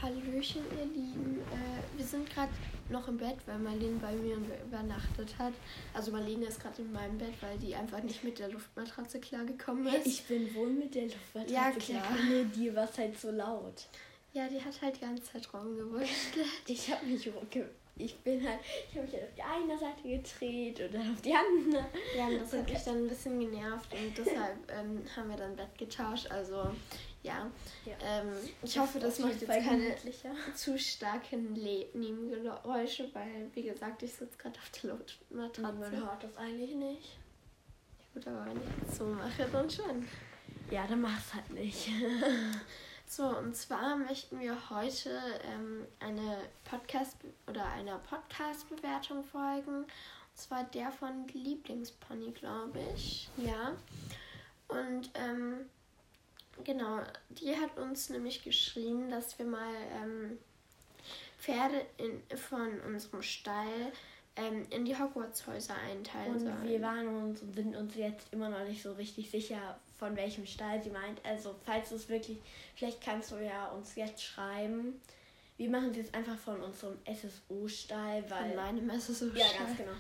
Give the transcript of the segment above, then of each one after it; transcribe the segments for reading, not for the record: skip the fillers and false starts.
Hallöchen, ihr Lieben. Wir sind gerade noch im Bett, weil Marlene bei mir übernachtet hat. Also Marlene ist gerade in meinem Bett, weil die einfach nicht mit der Luftmatratze klargekommen ist. Ich bin wohl mit der Luftmatratze ja, klar. Nee, die war halt so laut. Ja, die hat halt die ganze Zeit rumgewurschtelt. Ich habe mich auf die eine Seite gedreht und dann auf die andere. Ja, und das hat mich dann ein bisschen genervt und deshalb haben wir dann Bett getauscht. Also, ja. Ich hoffe, das macht jetzt keine zu starken Nebengeräusche, weil, wie gesagt, ich sitze gerade auf der Luftmatratze. Man hört das eigentlich nicht. Ja, gut, aber wenn ich das so mache, dann schon. Ja, dann mach's halt nicht. So, und zwar möchten wir heute einer Podcast-Bewertung folgen. Und zwar der von Lieblingspony, glaube ich. Ja. Und genau, die hat uns nämlich geschrieben, dass wir mal Pferde von unserem Stall in die Hogwarts-Häuser einteilen sollen. Und wir sind uns jetzt immer noch nicht so richtig sicher, von welchem Stall sie meint. Also falls du es wirklich, vielleicht kannst du ja uns jetzt schreiben. Wir machen es jetzt einfach von unserem SSO-Stall, weil... Von meinem SSO-Stall. Ja, ganz genau.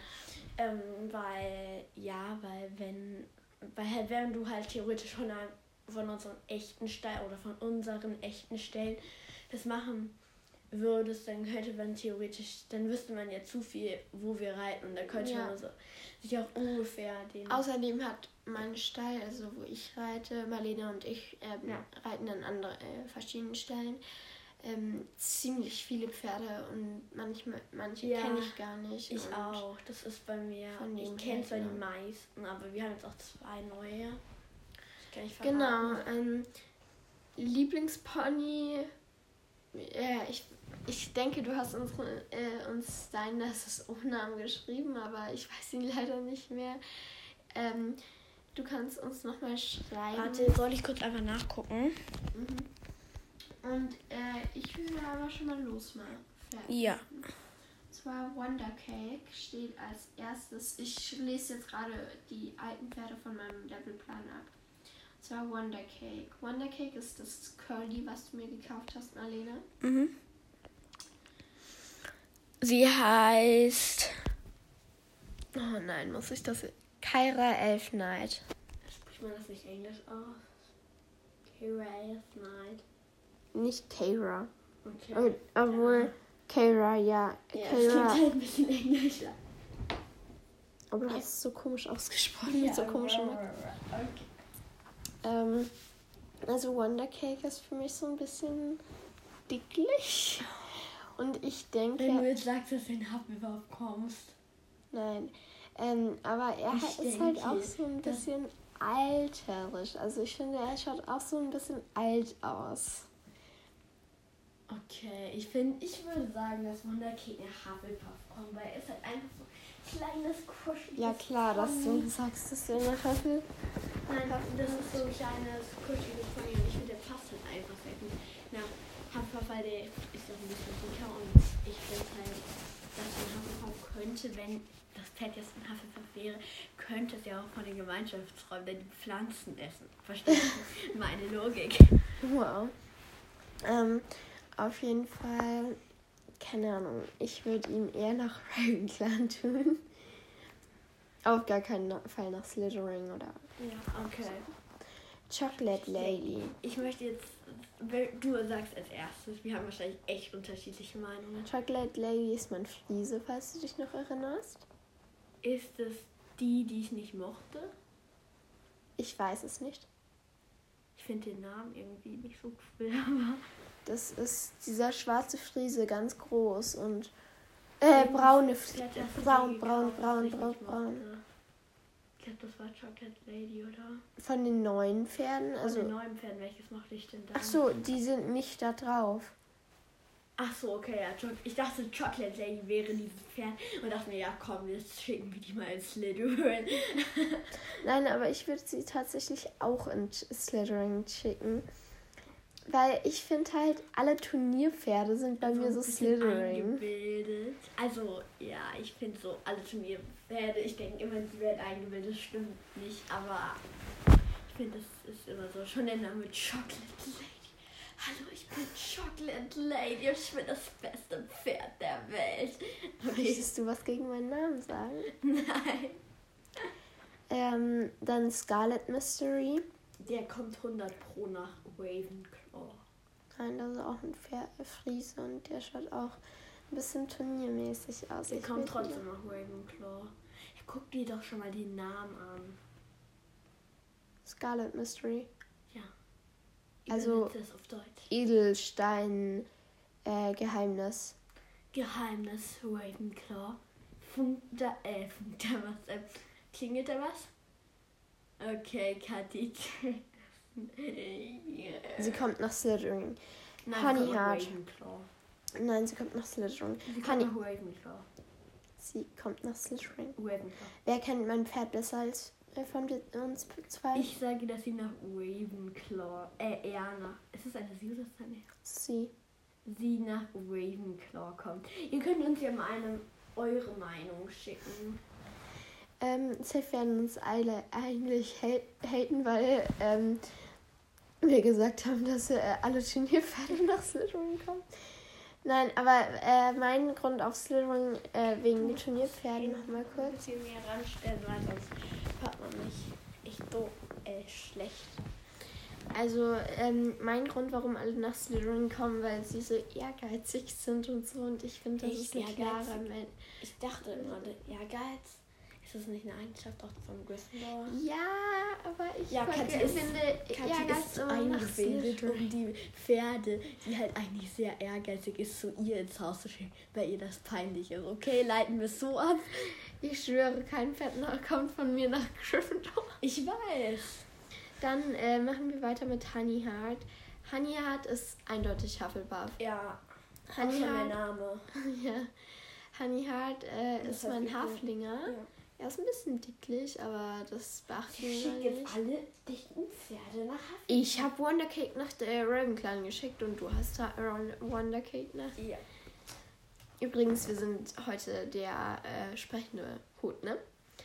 Weil wenn du halt theoretisch von unserem echten Stall oder von unseren echten Stellen das machen würdest, dann könnte man theoretisch, dann wüsste man ja zu viel, wo wir reiten und dann könnte man so sich auch ungefähr den... Außerdem hat mein Stall, also wo ich reite, Marlene und ich reiten an verschiedenen Stellen, ziemlich viele Pferde und manche kenne ich gar nicht. Ich auch, das ist bei mir, ich kenne zwar die meisten, aber wir haben jetzt auch 2 neue. Das kann ich verraten. Genau, Lieblingspony, ich denke, du hast uns deinen SSO-Namen geschrieben, aber ich weiß ihn leider nicht mehr. Du kannst uns nochmal schreiben. Warte, soll ich kurz einfach nachgucken? Mhm. Und ich will aber schon mal losmachen. Ja. Und zwar Wondercake steht als erstes. Ich lese jetzt gerade die alten Pferde von meinem Levelplan ab. Und zwar Wondercake. Wondercake ist das Curly, was du mir gekauft hast, Marlene. Mhm. Sie heißt... Oh nein, muss ich das... Kyra Elfknight. Spricht man das nicht Englisch aus? Kyra Elfknight. Nicht Kyra. Okay. Obwohl Kyra, ja. Ja, Kyra. das klingt halt ein bisschen englischer. Aber du hast es so komisch ausgesprochen. Mit so komischen Okay. Also Wondercake ist für mich so ein bisschen dicklich. Und ich denke... Wenn du jetzt sagst, dass du in Hufflepuff kommst. Nein. Aber er ist halt auch so ein bisschen alterig. Also ich finde, er schaut auch so ein bisschen alt aus. Okay, ich würde sagen, dass Wondercake in Hufflepuff kommt, weil er ist halt einfach so ein kleines, kuscheliges... Ja klar, dass du sagst, dass du in der Hufflepuff... Nein, das ist so ein kleines, kuscheliges Pony und ich finde, der passt halt einfach sehr gut nach Hufflepuff, weil der ist auch ein bisschen dicker und ich finde halt, dass man Hufflepuff könnte, wenn das Pferd jetzt ein Hufflepuff wäre, könnte es ja auch von den Gemeinschaftsräumen die Pflanzen essen. Verstehst du meine Logik? Wow. Auf jeden Fall, keine Ahnung, ich würde ihn eher nach Ravenclaw tun. Auf gar keinen Fall nach Slytherin oder... Ja, okay. Chocolate Lady. Ich möchte jetzt, du sagst als erstes, wir haben wahrscheinlich echt unterschiedliche Meinungen. Chocolate Lady ist mein Fliese, falls du dich noch erinnerst. Ist es die ich nicht mochte? Ich weiß es nicht. Ich finde den Namen irgendwie nicht so cool, aber... Das ist dieser schwarze Friese, ganz groß und braune Friese. Braun. Ich glaube, das war Chocolate Lady, oder? Von den neuen Pferden? Von den neuen Pferden, welches mochte ich denn da? Ach so, die sind nicht da drauf. Ach so, okay, ja. Ich dachte, Chocolate Lady wäre dieses Pferd und dachte mir, ja komm, jetzt schicken wir die mal ins Slytherin. Nein, aber ich würde sie tatsächlich auch in Slytherin schicken. Weil ich finde halt, alle Turnierpferde sind bei mir so Slytherin. Also, ja, ich finde so alle Turnierpferde, ich denke immer, sie werden eingebildet, stimmt nicht, aber ich finde, das ist immer so, schon der Name Chocolate Lady hallo, ich bin Chocolate Lady und ich bin das beste Pferd der Welt. Okay. Möchtest du was gegen meinen Namen sagen? Nein. Dann Scarlet Mystery. Der kommt 100 Pro nach Ravenclaw. Nein, das ist auch ein Friese und der schaut auch ein bisschen turniermäßig aus. Der kommt trotzdem nach Ravenclaw. Ja, guck dir doch schon mal den Namen an. Scarlet Mystery. Ja. Also das auf Deutsch. Edelstein Geheimnis. Geheimnis Ravenclaw. Funkt da was? Klingelt da was? Okay, Kathi. Sie kommt nach Slytherin. Nein, Honeyheart. Nein, sie kommt nach Slytherin. Sie kommt nach Ravenclaw. Sie kommt nach Slytherin. Ravenclaw. Wer kennt mein Pferd besser als von uns zwei? Ich sage, dass sie nach Ravenclaw. Erna. Ist es eine Sie oder ist es eine? Sie. Sie nach Ravenclaw kommt. Ihr könnt uns ja mal eure Meinung schicken. Safe werden uns alle eigentlich haten, weil wir gesagt haben, dass alle Turnierpferde nach Slytherin kommen. Nein, aber mein Grund auf Slytherin wegen den Turnierpferden noch mal kurz. Ein bisschen mehr ranstellen, weil sonst hört man mich echt so schlecht. Also mein Grund, warum alle nach Slytherin kommen, weil sie so ehrgeizig sind und so, und ich finde, das ist eine klare Meinung. Ich dachte immer, Ehrgeiz. Ist das nicht eine Eigenschaft auch von Gryffindor? Ja, aber ich finde, Ehrgeiz ist eingebildet, um die Pferde, die halt eigentlich sehr ehrgeizig ist, zu ihr ins Haus zu schicken, weil ihr das peinlich ist. Okay, leiten wir es so ab. Ich schwöre, kein Pferd kommt von mir nach Gryffindor. Ich weiß. Dann machen wir weiter mit Honeyheart. Honeyheart ist eindeutig Hufflepuff. Ja, Honeyheart, der Name. Ja. Honeyheart ist mein Haflinger. Ja. Er ist ein bisschen dicklich, aber das beachten wir nicht. Ich schicke jetzt alle dicken Pferde nach Hufflepuff. Ich habe Wondercake nach der Ravenclaw geschickt und du hast Wondercake nach... Ja. Übrigens, wir sind heute der sprechende Hut, ne?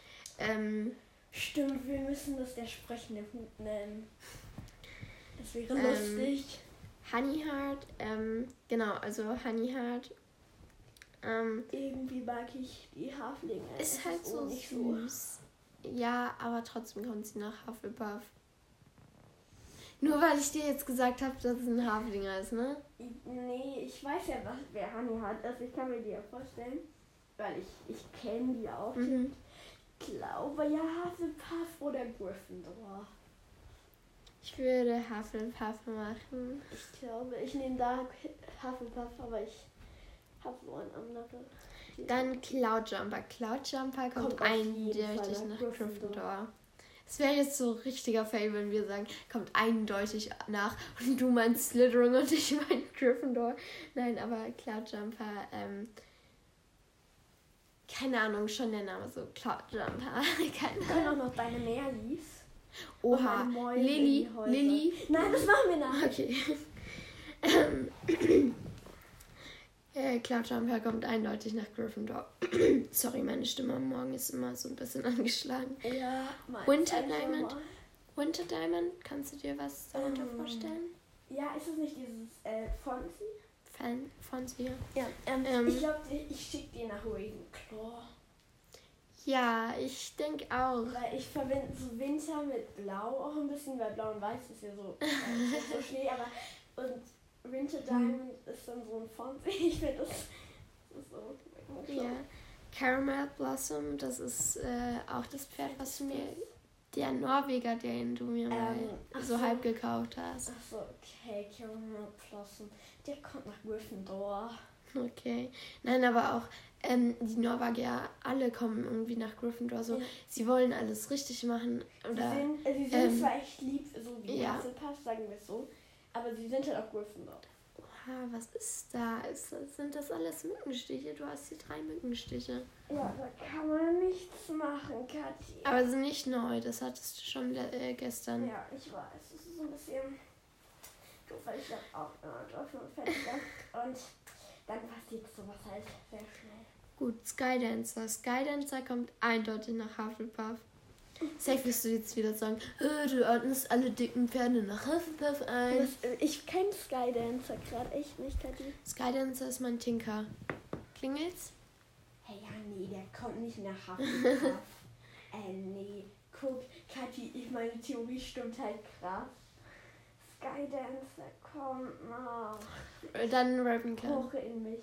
Stimmt, wir müssen das der sprechende Hut nennen. Das wäre lustig. Honeyheart, genau, also Honeyheart. Irgendwie mag ich die Haflinge. Ist halt so süß. Ja, aber trotzdem kommt sie nach Hufflepuff. Nur weil ich dir jetzt gesagt habe, dass es ein Haflinger ist, ne? Nee, ich weiß ja, wer Honeyheart ist. Ich kann mir die ja vorstellen. Weil ich kenne die auch. Mhm. Ich glaube ja Hufflepuff oder Gryffindor. Ich würde Hufflepuff machen. Ich glaube, ich nehme da Hufflepuff, aber ich habe so ein anderes. Dann Cloudjumper. Cloudjumper kommt eindeutig nach Gryffindor. Es wäre jetzt so richtiger Fail, wenn wir sagen, kommt eindeutig nach und du meinst Slytherin und ich mein Gryffindor. Nein, aber Cloudjumper, keine Ahnung, schon der Name so, Cloudjumper. Keine Ahnung. Auch noch deine Merlis. Oha, Lilly. Nein, das machen wir nachher. Okay. Cloudjumper kommt eindeutig nach Gryffindor. Sorry, meine Stimme am Morgen ist immer so ein bisschen angeschlagen. Ja, Winter Diamond. Winter Diamond, kannst du dir was darunter vorstellen? Ja, ist es nicht dieses Fonzie? Fonzie. Ja, ich glaube, ich schicke die nach Ravenclaw. Ja, ich denke auch. Weil ich verbinde so Winter mit Blau auch ein bisschen, weil Blau und Weiß ist ja so, so Schnee, aber und Winter Diamond ist dann so ein Fonzie. Ich finde das ist so. Ja, Caramel Blossom, das ist auch das Pferd, was du mir, der Norweger, den du mir mal so halb gekauft hast. Achso, okay, Caramel Blossom, der kommt nach Gryffindor. Okay, nein, aber auch die Norweger, alle kommen irgendwie nach Gryffindor, so, sie wollen alles richtig machen. Oder, sie sind zwar echt lieb, so wie Hufflepuff, sagen wir es so, aber sie sind halt auch Gryffindor. Oha, was ist da? Sind das alles Mückenstiche? Du hast hier 3 Mückenstiche. Ja, da kann man nichts machen, Kathi. Aber sie sind nicht neu, das hattest du schon gestern. Ja, ich weiß, das ist so ein bisschen doof, weil ich habe auch immer drauf und Fenster. Und dann passiert sowas halt sehr schnell. Gut, Skydancer. Skydancer kommt eindeutig nach Hufflepuff. Safe wirst du jetzt wieder sagen, du ordnest alle dicken Pferde nach Hufflepuff ein. Ich kenne Skydancer gerade echt nicht, Kathi. Skydancer ist mein Tinker. Klingelt's? Hey, ja, nee, der kommt nicht nach Hufflepuff. Nee. Guck, Kathi, meine Theorie stimmt halt krass. Skydancer, komm noch. Dann Ravenclaw. Hoch in mich.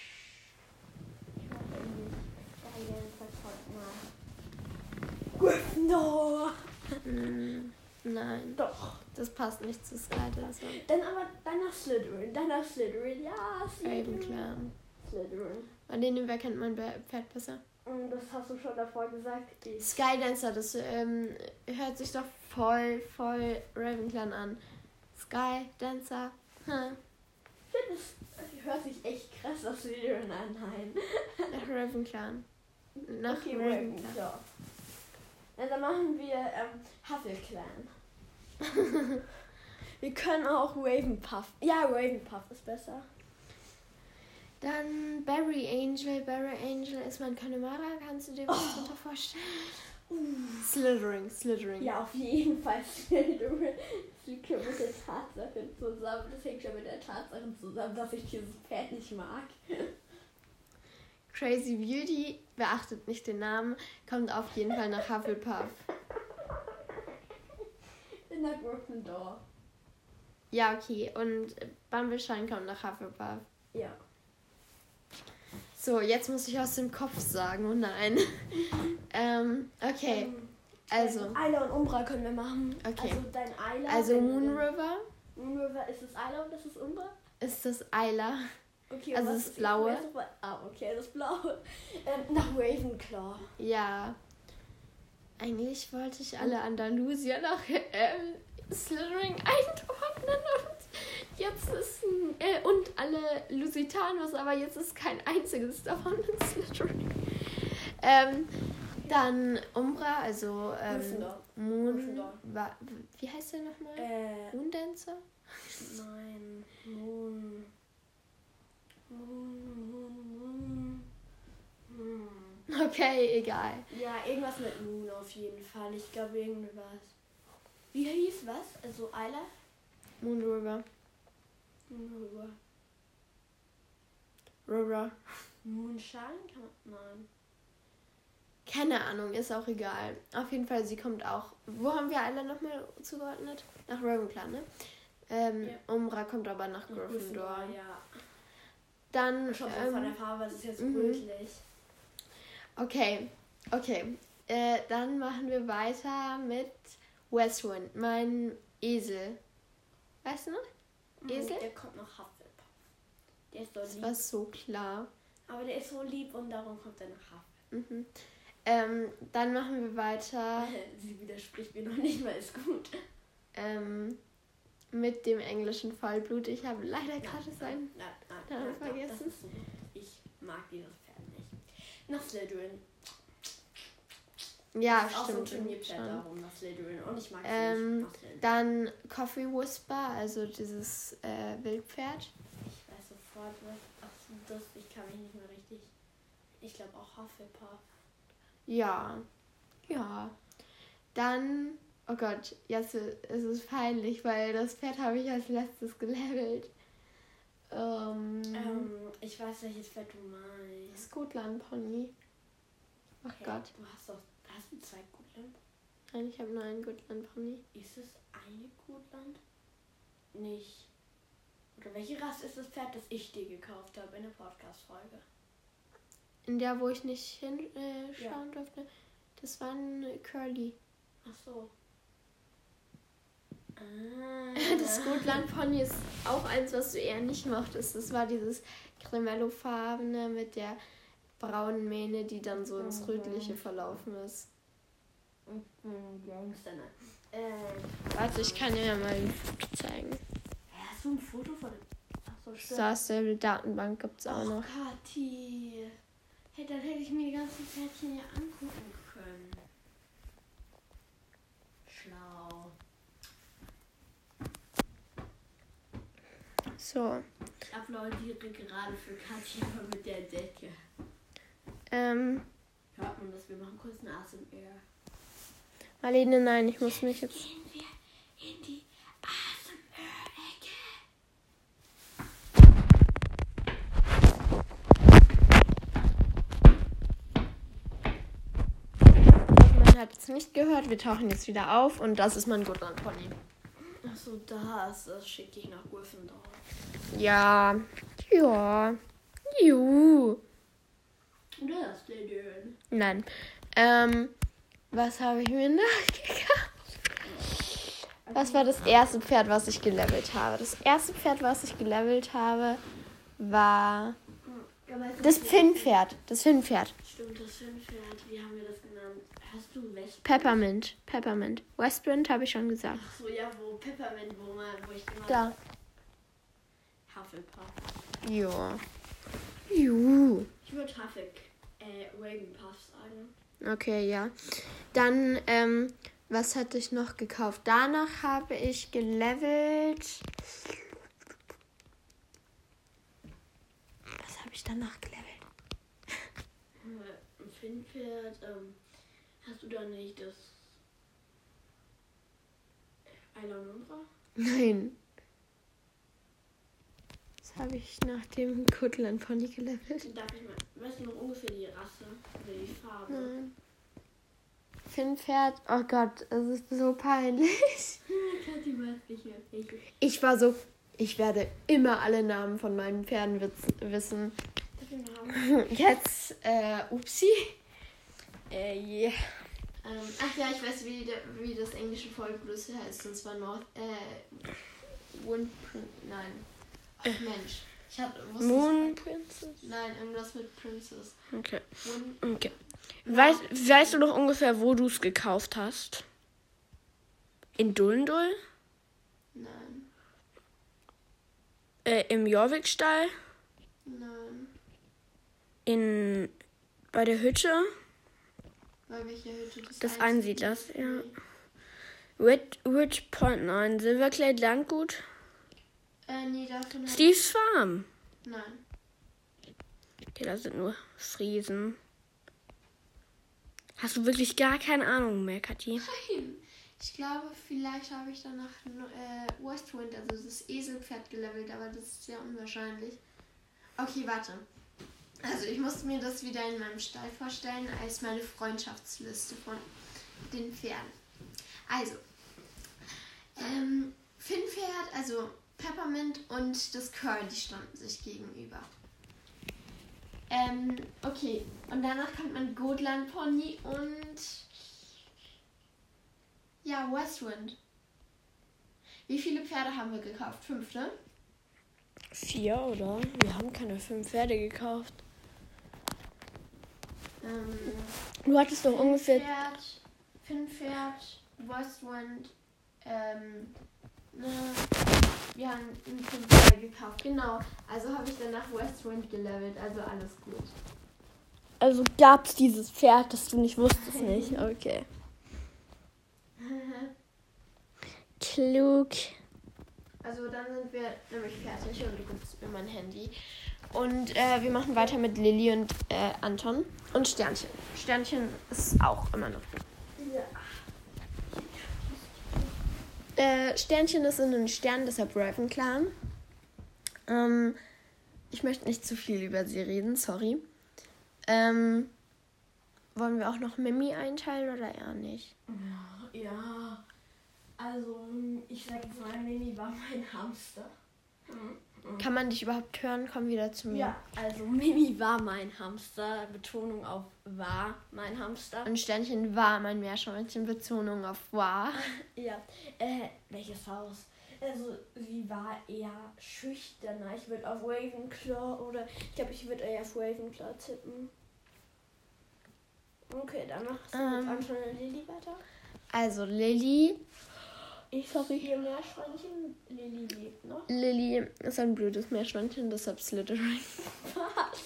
Hoch in mich. Skydancer, kommt nach. Gryffindor! Nein. Doch. Das passt nicht zu Skydancer. Dann nach Slytherin. Ja, Ravenclaw. Slytherin. An denen, wer kennt mein Pferd besser? Das hast du schon davor gesagt. Skydancer, das hört sich doch voll Ravenclaw an. Skydancer. Ich finde, es hört sich echt krass aus Slytherin an. Nein. Nach Ravenclaw. Okay, Ravenclaw. Ja, dann machen wir Huffleclan. Wir können auch Ravenpuff. Ja, Ravenpuff ist besser. Dann Barry Angel. Barry Angel ist mein Connemara. Kannst du dir was darunter vorstellen? Slytherin. Ja, auf jeden Fall Slytherin. Das hängt schon mit der Tatsache zusammen. Das hängt schon mit der Tatsache zusammen, dass ich dieses Pferd nicht mag. Crazy Beauty, beachtet nicht den Namen, kommt auf jeden Fall nach Hufflepuff. In der Gryffindor. Ja, okay. Und Bumblebee's kommt nach Hufflepuff. Ja. So, jetzt muss ich aus dem Kopf sagen. Oh nein. Okay. Also. Ayla und Umbra können wir machen. Okay. Also dein Ayla. Also Moonriver. Moonriver, ist es Ayla und das ist Umbra? Ist das Ayla. Okay, also das Blaue. Okay, das Blaue. Nach Ravenclaw. Ja. Eigentlich wollte ich alle Andalusier nach Slytherin einordnen und jetzt ist und alle Lusitanos, aber jetzt ist kein einziges davon in Slytherin. Dann Umbra, also Moon. Wie heißt der nochmal? Moondancer? Nein, Moon. Okay, egal. Ja, irgendwas mit Moon auf jeden Fall. Ich glaube irgendwas. Wie hieß was? Also Ayla? Moonriver. River. Moonshine? Nein. Keine Ahnung, ist auch egal. Auf jeden Fall, sie kommt auch. Wo haben wir alle nochmal zugeordnet? Nach Ravenclaw, ne? Ja. Umbra kommt aber nach Gryffindor. Ja. Dann. Schon von der Farbe, es ist jetzt rötlich. Okay. Dann machen wir weiter mit Westwind, mein Esel. Weißt du noch? Esel? Der kommt noch Hufflepuff. Der ist so lieb. Das war so klar. Aber der ist so lieb und darum kommt er nach Hufflepuff. Dann machen wir weiter. Sie widerspricht mir noch nicht mal, ist gut. Mit dem englischen Vollblut. Ich habe leider gerade seinen Namen vergessen. Ich mag dieses Pferd nicht. Nach Slytherin. Ja, das ist stimmt. Auch so ein Pferd darum, nach Slytherin. Und ich mag es nicht. Dann Coffee Whisper, also dieses Wildpferd. Ich weiß sofort was. Ach, ich kann mich nicht mehr richtig. Ich glaube auch Hufflepuff. Ja. Dann, oh Gott, jetzt ist es peinlich, weil das Pferd habe ich als letztes gelevelt. Ich weiß, welches Pferd du meinst. Das Gutland Pony. Ach Gott. Hast du 2 Gutland? Nein, ich habe nur einen Gutland Pony. Ist es eine Gutland? Nicht. Oder welche Rasse ist das Pferd, das ich dir gekauft habe in der Podcast-Folge? In der, wo ich nicht hinschauen durfte. Das war ein Curly. Ach so. Das Gutland Pony ist auch eins, was du eher nicht mochtest. Das war dieses Cremello-farbene mit der braunen Mähne, die dann so ins Rötliche verlaufen ist. Warte, ich kann dir ja mal ein Foto zeigen. Hast du ein Foto von dem? Achso, stimmt. Starstable Datenbank gibt's auch noch. Kathi. Hey, dann hätte ich mir die ganzen Pferdchen hier angucken können. Schlau. So. Ich applaudiere gerade für Kathi mit der Decke. Hört man das? Wir machen kurz eine ASMR. Marlene, nein, ich muss mich jetzt... Gehen wir in die ASMR-Ecke. Man hat es nicht gehört, wir tauchen jetzt wieder auf und das ist mein Gotland-Pony. Achso, das schicke ich nach Gryffindor. Ja. Juhu. Das denn? Nein. Was habe ich mir nachgekauft? Was war das erste Pferd, was ich gelevelt habe? Das erste Pferd, was ich gelevelt habe, war das Finnpferd. Das Finnpferd. Stimmt, das Finnpferd. Wie haben wir das genannt? Hast du Westwind? Peppermint. Westwind habe ich schon gesagt. Ach so, ja, wo Peppermint, wo ich immer... Da. Hufflepuff. Ja. Juhu. Ich würde Ravenpuff sagen. Okay, ja. Dann, was hatte ich noch gekauft? Danach habe ich gelevelt. Was habe ich danach gelevelt? Ein Finnpferd, hast du da nicht das Eilanundra? Nein. Das habe ich nach dem Gotland-Pony gelevelt. Darf ich mal, weißt du noch ungefähr die Rasse oder die Farbe? Nein. Finnpferd, oh Gott, es ist so peinlich. Kathi weiß nicht mehr welche. Ich war so, ich werde immer alle Namen von meinen Pferden wissen. Jetzt, Upsi. Yeah. Ach ja, ich weiß, wie das englische Vollblut heißt. Und zwar Nein. Ach Mensch. Moon Princess? Nein, irgendwas mit Princess. Okay. Weißt du noch ungefähr, wo du es gekauft hast? In Dullendul? Nein. Im Jorvikstall? Nein. Bei der Hütte? Bei welcher Hütte? Das Einsiedlers, ja. Ridge Point 9, Silverclade Landgut? Nee, davon Steve's Farm? Nein. Okay, da sind nur Friesen. Hast du wirklich gar keine Ahnung mehr, Kathi? Nein. Ich glaube, vielleicht habe ich danach Westwind, also das Eselpferd, gelevelt, aber das ist sehr unwahrscheinlich. Okay, warte. Also ich musste mir das wieder in meinem Stall vorstellen, als meine Freundschaftsliste von den Pferden. Also, Finnpferd, also Peppermint und das Curl, die standen sich gegenüber. Okay, und danach kommt mein Gotland-Pony und ja, Westwind. Wie viele Pferde haben wir gekauft? 5, ne? 4, oder? Wir haben keine 5 Pferde gekauft. Du hattest doch ungefähr... Finnpferd, Westwind, wir haben 5 Pferde gekauft. Genau, also habe ich danach Westwind gelevelt, also alles gut. Also gab es dieses Pferd, das du nicht wusstest, nicht? Okay. Klug. Also dann sind wir nämlich fertig und du gibst mir mein Handy. Und wir machen weiter mit Lilly und Anton und Sternchen. Sternchen ist auch immer noch. Ja. Sternchen ist in den Sternen, deshalb Ravenclaw. Ich möchte nicht zu viel über sie reden, sorry. Wollen wir auch noch Mimi einteilen oder eher nicht? Ja, also ich sag jetzt mal, Mimi war mein Hamster. Kann man dich überhaupt hören? Komm wieder zu mir. Ja, also Mimi war mein Hamster. Betonung auf war mein Hamster. Und Sternchen war mein Meerschweinchen. Betonung auf war. Ja, welches Haus? Also sie war eher schüchterner. Ich würde auf Ravenclaw oder ich glaube, ich würde eher auf Ravenclaw tippen. Okay, dann machst du mit Anton und Lilly weiter. Also Lilly. Ihr Meerschweinchen, Lilly lebt noch. Lilly ist ein blödes Meerschweinchen, deshalb Slytherin. Was?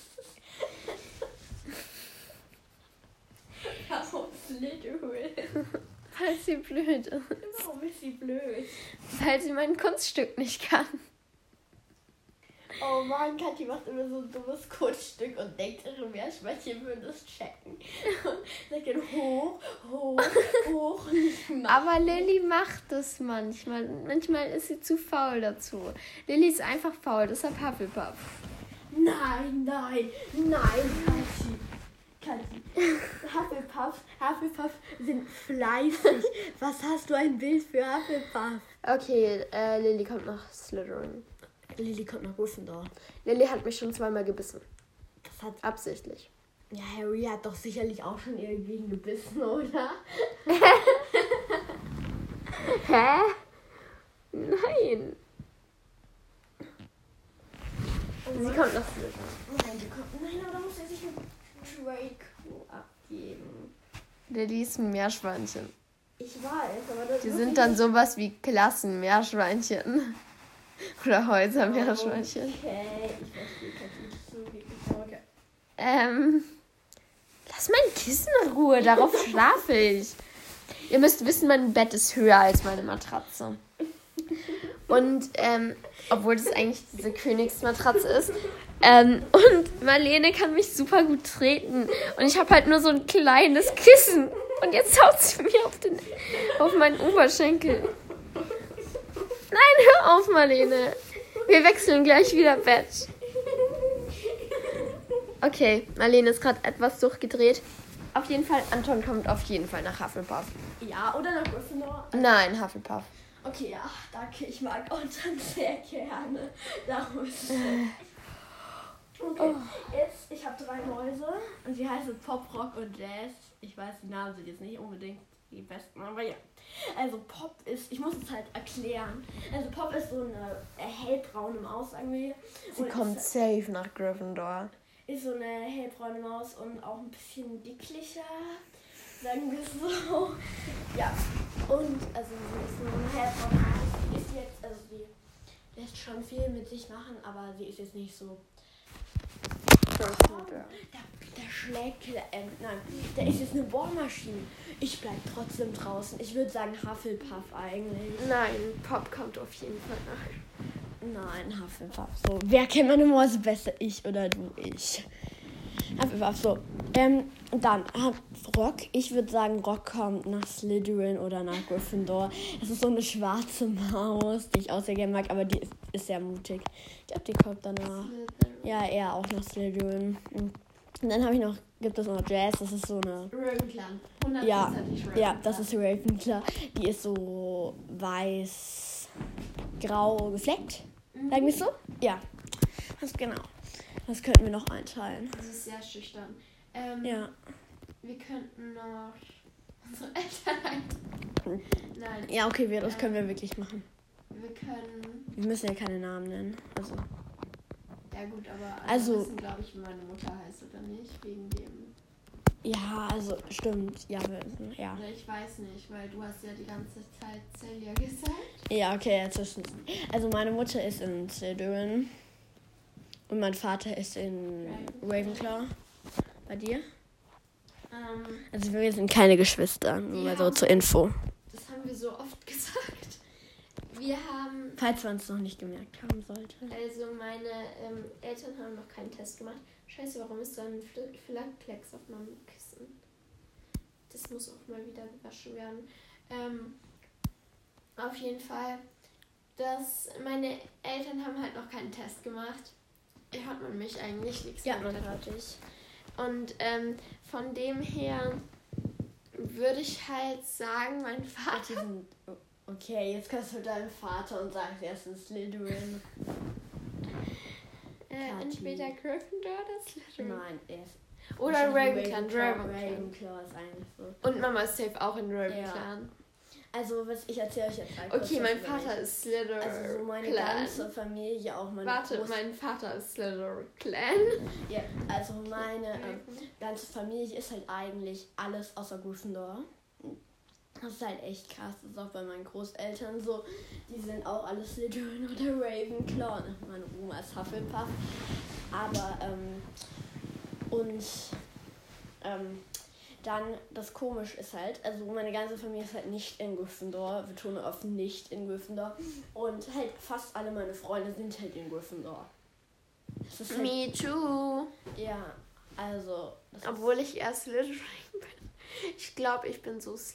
Warum Slytherin? Weil sie blöd ist. Warum ist sie blöd? Weil sie mein Kunststück nicht kann. Oh Mann, Kathi macht immer so ein dummes Kunststück und denkt, ihre Meerschweinchen würden es checken. Und sagt dann hoch. Aber Lilly macht das manchmal. Manchmal ist sie zu faul dazu. Lilly ist einfach faul, deshalb Hufflepuff. Nein, Kathi. Hufflepuff sind fleißig. Was hast du ein Bild für Hufflepuff? Okay, Lilly kommt nach Slytherin. Lily kommt nach Gryffindor. Lilly hat mich schon zweimal gebissen. Das hat... Absichtlich. Ja, Harry hat doch sicherlich auch schon irgendwen gebissen, oder? Hä? Nein. Sie kommt nach Slytherin. Nein, aber da muss er sich mit Draco abgeben. Lilly ist ein Meerschweinchen. Ich weiß, aber das... Die sind dann sowas wie Klassenmeerschweinchen. Oder Häusermeerschweinchen. Okay, ich verstehe kein okay. Lass mein Kissen in Ruhe, darauf schlafe ich. Ihr müsst wissen, mein Bett ist höher als meine Matratze. Und, obwohl das eigentlich diese Königsmatratze ist. Und Marlene kann mich super gut treten. Und ich habe halt nur so ein kleines Kissen. Und jetzt haut sie mir auf meinen Oberschenkel. Nein, hör auf, Marlene. Wir wechseln gleich wieder Bett. Okay, Marlene ist gerade etwas durchgedreht. Auf jeden Fall, Anton kommt auf jeden Fall nach Hufflepuff. Ja, oder nach Gryffindor? Nein, Hufflepuff. Okay, ja, danke. Ich mag Anton sehr gerne. Darum ist es okay, jetzt, ich habe 3 Mäuse und sie heißen Pop, Rock und Jazz. Ich weiß, die Namen sind jetzt nicht unbedingt die besten, aber ja. Also Pop ist, ich muss es halt erklären. Also Pop ist so eine hellbraune Maus, sagen wir. Sie kommt safe nach Gryffindor. Ist so eine hellbraune Maus und auch ein bisschen dicklicher, sagen wir so. Ja, und also sie ist so eine hellbraune Maus. Die ist jetzt, also sie lässt schon viel mit sich machen, aber sie ist jetzt nicht so... Der schlägt, nein, der ist jetzt eine Bohrmaschine. Ich bleib trotzdem draußen. Ich würde sagen Hufflepuff eigentlich. Nein, Pop kommt auf jeden Fall nach. Nein, Hufflepuff. So, wer kennt meine Mäuse besser? Ich oder du? Ich. Hufflepuff, so. Dann Rock. Ich würde sagen, Rock kommt nach Slytherin oder nach Gryffindor. Das ist so eine schwarze Maus, die ich auch sehr gerne mag, aber die ist sehr mutig. Ich glaube, die kommt danach. Ja, eher auch nach Slytherin. Und dann habe ich noch, gibt es noch Jazz, das ist so eine... Ravenclaw. 100% Ja, Ravenclaw. ja, das ist Ravenclaw. Die ist so weiß-grau gefleckt. Sagen wir es so? Ja, das genau. Das könnten wir noch einteilen. Das ist sehr schüchtern. Ja. Wir könnten noch unsere Eltern ein... Nein. Ja, okay, das können wir wirklich machen. Wir können... Wir müssen ja keine Namen nennen. Also. Ja gut, aber also wissen, glaube ich, wie meine Mutter heißt oder nicht, wegen dem... Ja, also stimmt. Ja, ja. Oder ich weiß nicht, weil du hast ja die ganze Zeit Celia gesagt. Ja, okay, jetzt ist also meine Mutter ist in Slytherin und mein Vater ist in Ravenclaw. Bei dir? Also wir sind keine Geschwister, nur mal so zur Info. Das haben wir so oft gesagt. Wir haben... Falls man es noch nicht gemerkt haben sollte. Also meine Eltern haben noch keinen Test gemacht. Scheiße, warum ist da ein Flattklecks auf meinem Kissen? Das muss auch mal wieder gewaschen werden. Auf jeden Fall, meine Eltern haben halt noch keinen Test gemacht. Hört man mich eigentlich nichts Ja, mehr. man hört dich. Und von dem her würde ich halt sagen, mein Vater... Okay, jetzt kannst du deinem Vater und sagst, er ist in Slytherin. Entweder Gryffindor oder Slytherin. Nein, er ist... Oder Ravenclaw. Ravenclaw ist eigentlich so. Und Mama ist safe auch in Ravenclaw. Ja. Also, ich erzähle euch jetzt Okay, mein Vater ist Slytherin. Also, so meine ganze Familie, auch meine mein Vater ist Slytherin. Ja, also meine ganze Familie ist halt eigentlich alles außer Gryffindor. Das ist halt echt krass. Das ist auch bei meinen Großeltern so. Die sind auch alle Slytherin oder Ravenclaw. Meine Oma ist Hufflepuff. Aber, dann, das komisch ist halt, also meine ganze Familie ist halt nicht in Gryffindor, betone oft nicht in Gryffindor. Und halt fast alle meine Freunde sind halt in Gryffindor. Halt, Me too. Ja, also... Obwohl ich eher Slytherin bin. Ich glaube, ich bin so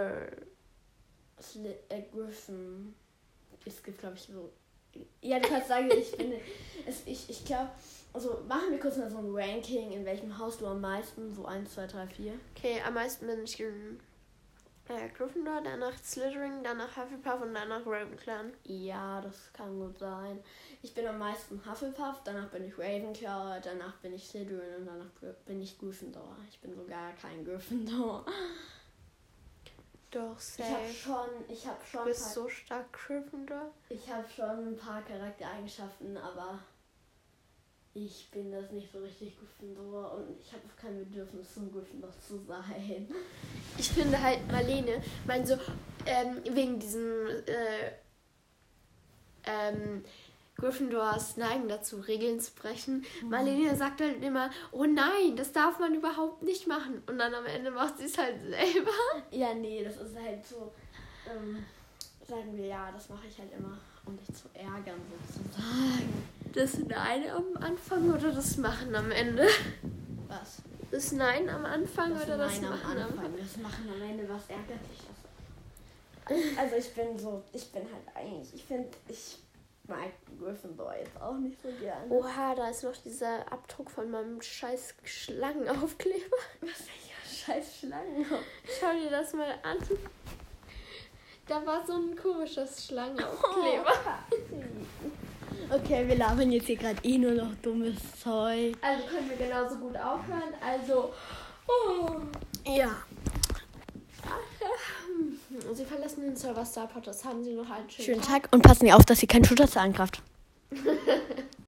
Griffin. Es gibt, glaube ich, so... Ja, du kannst sagen, ich finde... Ich glaube... Also, machen wir kurz mal so ein Ranking, in welchem Haus du am meisten... So 1, 2, 3, 4. Okay, am meisten bin ich in Gryffindor, danach Slytherin, danach Hufflepuff und danach Ravenclaw. Ja, das kann gut sein. Ich bin am meisten Hufflepuff, danach bin ich Ravenclaw, danach bin ich Slytherin und danach bin ich Gryffindor. Ich bin sogar kein Gryffindor. Doch, safe. Ich hab schon... Du bist so stark Gryffindor. Ich habe schon ein paar Charaktereigenschaften, aber ich bin das nicht so richtig Gryffindor und ich habe auch kein Bedürfnis, zum Gryffindor zu sein. Ich finde halt Marlene, so, wegen diesem Gryffindors neigen dazu, Regeln zu brechen. Marlene sagt halt immer, oh nein, das darf man überhaupt nicht machen. Und dann am Ende macht sie es halt selber. Ja, nee, das ist halt so, sagen wir, ja, das mache ich halt immer, um dich zu ärgern sozusagen. Das Nein am Anfang oder das Machen am Ende? Was? Das Nein am Anfang das oder Nein das Machen am Anfang? Das Machen am Ende, was ärgert dich das? Also ich bin halt eigentlich, ich mag Gryffindor jetzt auch nicht so gerne. Oha, da ist noch dieser Abdruck von meinem scheiß Schlangenaufkleber. Was für scheiß Schlangenaufkleber? Schau dir das mal an. Da war so ein komisches Schlangenaufkleber. Okay, wir labern jetzt hier gerade nur noch dummes Zeug. Also können wir genauso gut aufhören. Also, ja. Sie verlassen den Server Starport. Das haben sie noch einen schönen Tag und passen Sie auf, dass Sie keinen Schutz angreift.